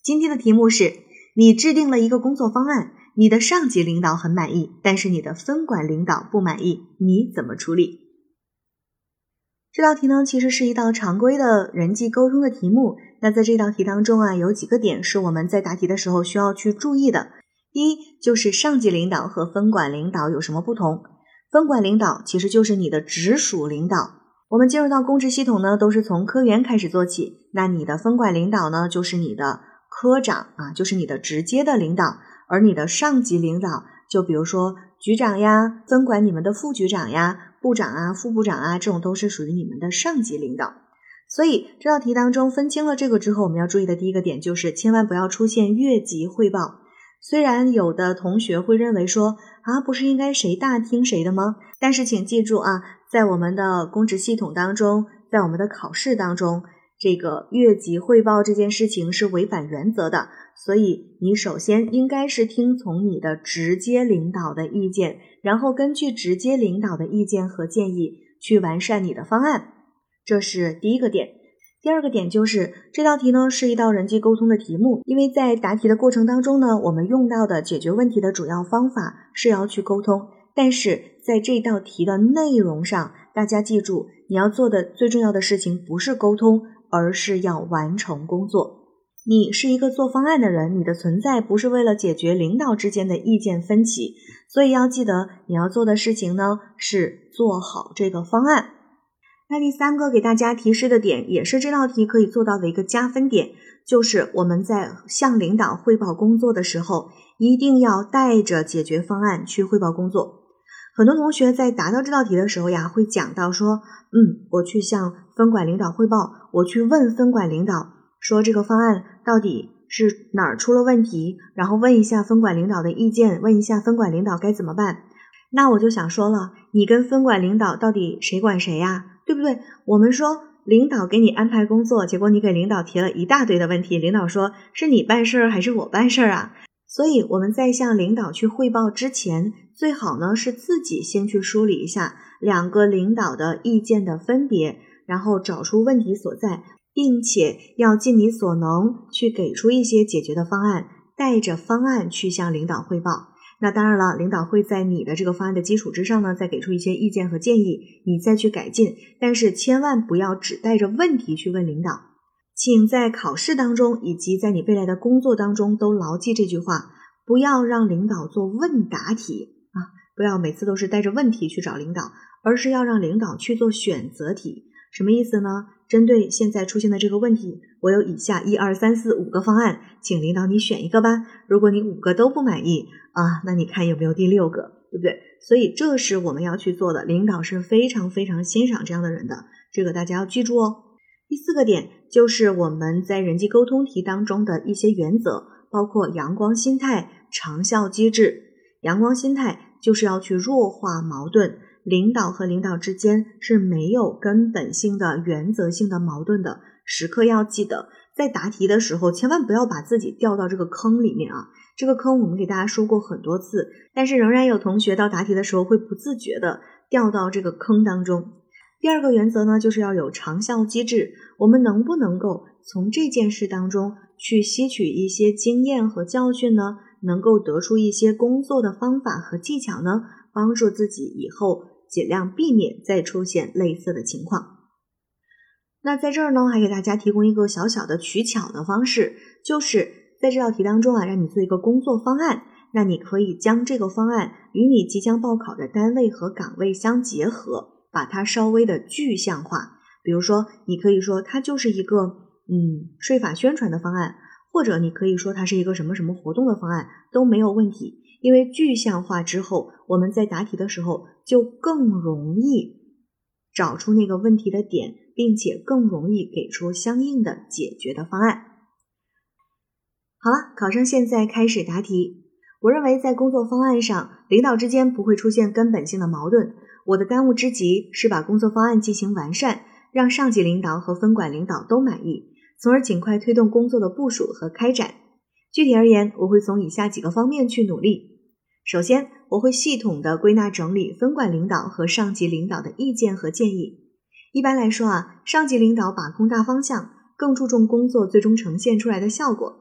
今天的题目是，你制定了一个工作方案，你的上级领导很满意，但是你的分管领导不满意，你怎么处理？这道题呢，其实是一道常规的人际沟通的题目。那在这道题当中啊，有几个点是我们在答题的时候需要去注意的。第一，就是上级领导和分管领导有什么不同？分管领导其实就是你的直属领导。我们进入到公职系统呢，都是从科员开始做起。那你的分管领导呢，就是你的科长啊，就是你的直接的领导。而你的上级领导，就比如说局长呀，分管你们的副局长呀、部长啊、副部长啊，这种都是属于你们的上级领导。所以这道题当中分清了这个之后，我们要注意的第一个点就是千万不要出现越级汇报。虽然有的同学会认为说不是应该谁大听谁的吗？但是请记住啊，在我们的公职系统当中，在我们的考试当中，这个越级汇报这件事情是违反原则的。所以你首先应该是听从你的直接领导的意见，然后根据直接领导的意见和建议去完善你的方案，这是第一个点。第二个点就是这道题呢是一道人际沟通的题目，因为在答题的过程当中呢，我们用到的解决问题的主要方法是要去沟通，但是在这道题的内容上，大家记住，你要做的最重要的事情不是沟通，而是要完成工作。你是一个做方案的人，你的存在不是为了解决领导之间的意见分歧，所以要记得你要做的事情呢是做好这个方案。那第三个给大家提示的点，也是这道题可以做到的一个加分点，就是我们在向领导汇报工作的时候，一定要带着解决方案去汇报工作。很多同学在答到这道题的时候呀，会讲到说，我去向分管领导汇报，我去问分管领导说这个方案到底是哪儿出了问题，然后问一下分管领导的意见，问一下分管领导该怎么办。那我就想说了，你跟分管领导到底谁管谁呀？对不对？我们说领导给你安排工作，结果你给领导提了一大堆的问题，领导说是你办事还是我办事啊？所以我们在向领导去汇报之前，最好呢是自己先去梳理一下两个领导的意见的分别，然后找出问题所在，并且要尽你所能去给出一些解决的方案，带着方案去向领导汇报。那当然了，领导会在你的这个方案的基础之上呢，再给出一些意见和建议，你再去改进，但是千万不要只带着问题去问领导。请在考试当中以及在你未来的工作当中都牢记这句话，不要让领导做问答题不要每次都是带着问题去找领导，而是要让领导去做选择题。什么意思呢？针对现在出现的这个问题，我有以下1、2、3、4、5个方案，请领导你选一个吧。如果你5个都不满意那你看有没有第6个，对不对？所以这是我们要去做的，领导是非常非常欣赏这样的人的，这个大家要记住哦。第4个点就是我们在人际沟通题当中的一些原则，包括阳光心态、长效机制。阳光心态就是要去弱化矛盾，领导和领导之间是没有根本性的原则性的矛盾的，时刻要记得，在答题的时候千万不要把自己掉到这个坑里面这个坑我们给大家说过很多次，但是仍然有同学到答题的时候会不自觉的掉到这个坑当中。第2个原则呢，就是要有长效机制，我们能不能够从这件事当中去吸取一些经验和教训呢？能够得出一些工作的方法和技巧呢，帮助自己以后尽量避免再出现类似的情况。那在这儿呢，还给大家提供一个小小的取巧的方式，就是在这道题当中让你做一个工作方案，那你可以将这个方案与你即将报考的单位和岗位相结合，把它稍微的具象化。比如说你可以说它就是一个税法宣传的方案，或者你可以说它是一个什么什么活动的方案，都没有问题。因为具象化之后，我们在答题的时候就更容易找出那个问题的点，并且更容易给出相应的解决的方案。好了，考生现在开始答题。我认为在工作方案上，领导之间不会出现根本性的矛盾。我的当务之急是把工作方案进行完善，让上级领导和分管领导都满意，从而尽快推动工作的部署和开展。具体而言，我会从以下几个方面去努力。首先，我会系统的归纳整理分管领导和上级领导的意见和建议。一般来说上级领导把控大方向，更注重工作最终呈现出来的效果。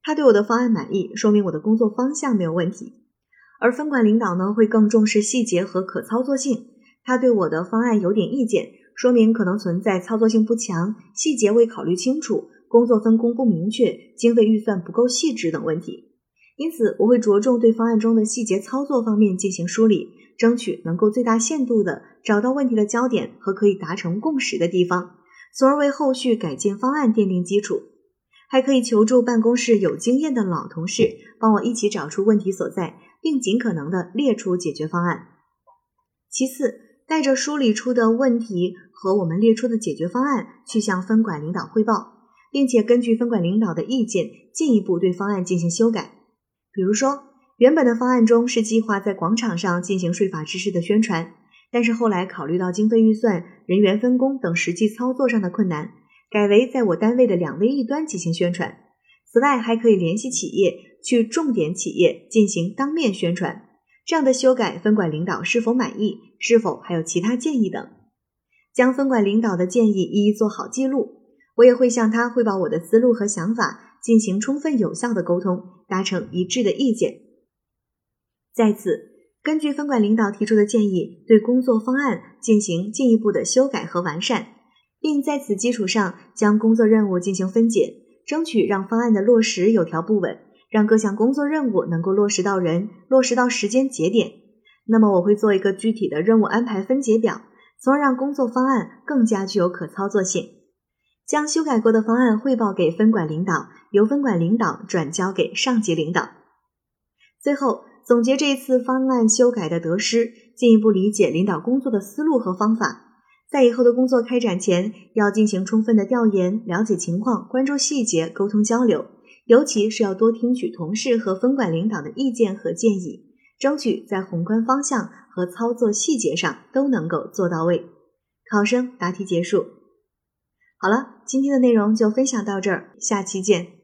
他对我的方案满意，说明我的工作方向没有问题。而分管领导呢，会更重视细节和可操作性，他对我的方案有点意见，说明可能存在操作性不强、细节未考虑清楚、工作分工不明确、经费预算不够细致等问题。因此，我会着重对方案中的细节操作方面进行梳理，争取能够最大限度地找到问题的焦点和可以达成共识的地方，从而为后续改进方案奠定基础。还可以求助办公室有经验的老同事，帮我一起找出问题所在，并尽可能地列出解决方案。其次，带着梳理出的问题和我们列出的解决方案去向分管领导汇报，并且根据分管领导的意见进一步对方案进行修改。比如说，原本的方案中是计划在广场上进行税法知识的宣传，但是后来考虑到经费预算、人员分工等实际操作上的困难，改为在我单位的2位一端进行宣传。此外，还可以联系企业，去重点企业进行当面宣传。这样的修改，分管领导是否满意，是否还有其他建议等。将分管领导的建议一一做好记录，我也会向他汇报我的思路和想法，进行充分有效的沟通，达成一致的意见。再次，根据分管领导提出的建议，对工作方案进行进一步的修改和完善，并在此基础上将工作任务进行分解，争取让方案的落实有条不紊，让各项工作任务能够落实到人，落实到时间节点。那么我会做一个具体的任务安排分解表，从而让工作方案更加具有可操作性。将修改过的方案汇报给分管领导，由分管领导转交给上级领导。最后，总结这一次方案修改的得失，进一步理解领导工作的思路和方法。在以后的工作开展前，要进行充分的调研，了解情况，关注细节，沟通交流，尤其是要多听取同事和分管领导的意见和建议，争取在宏观方向和操作细节上都能够做到位。考生答题结束。好了，今天的内容就分享到这儿，下期见。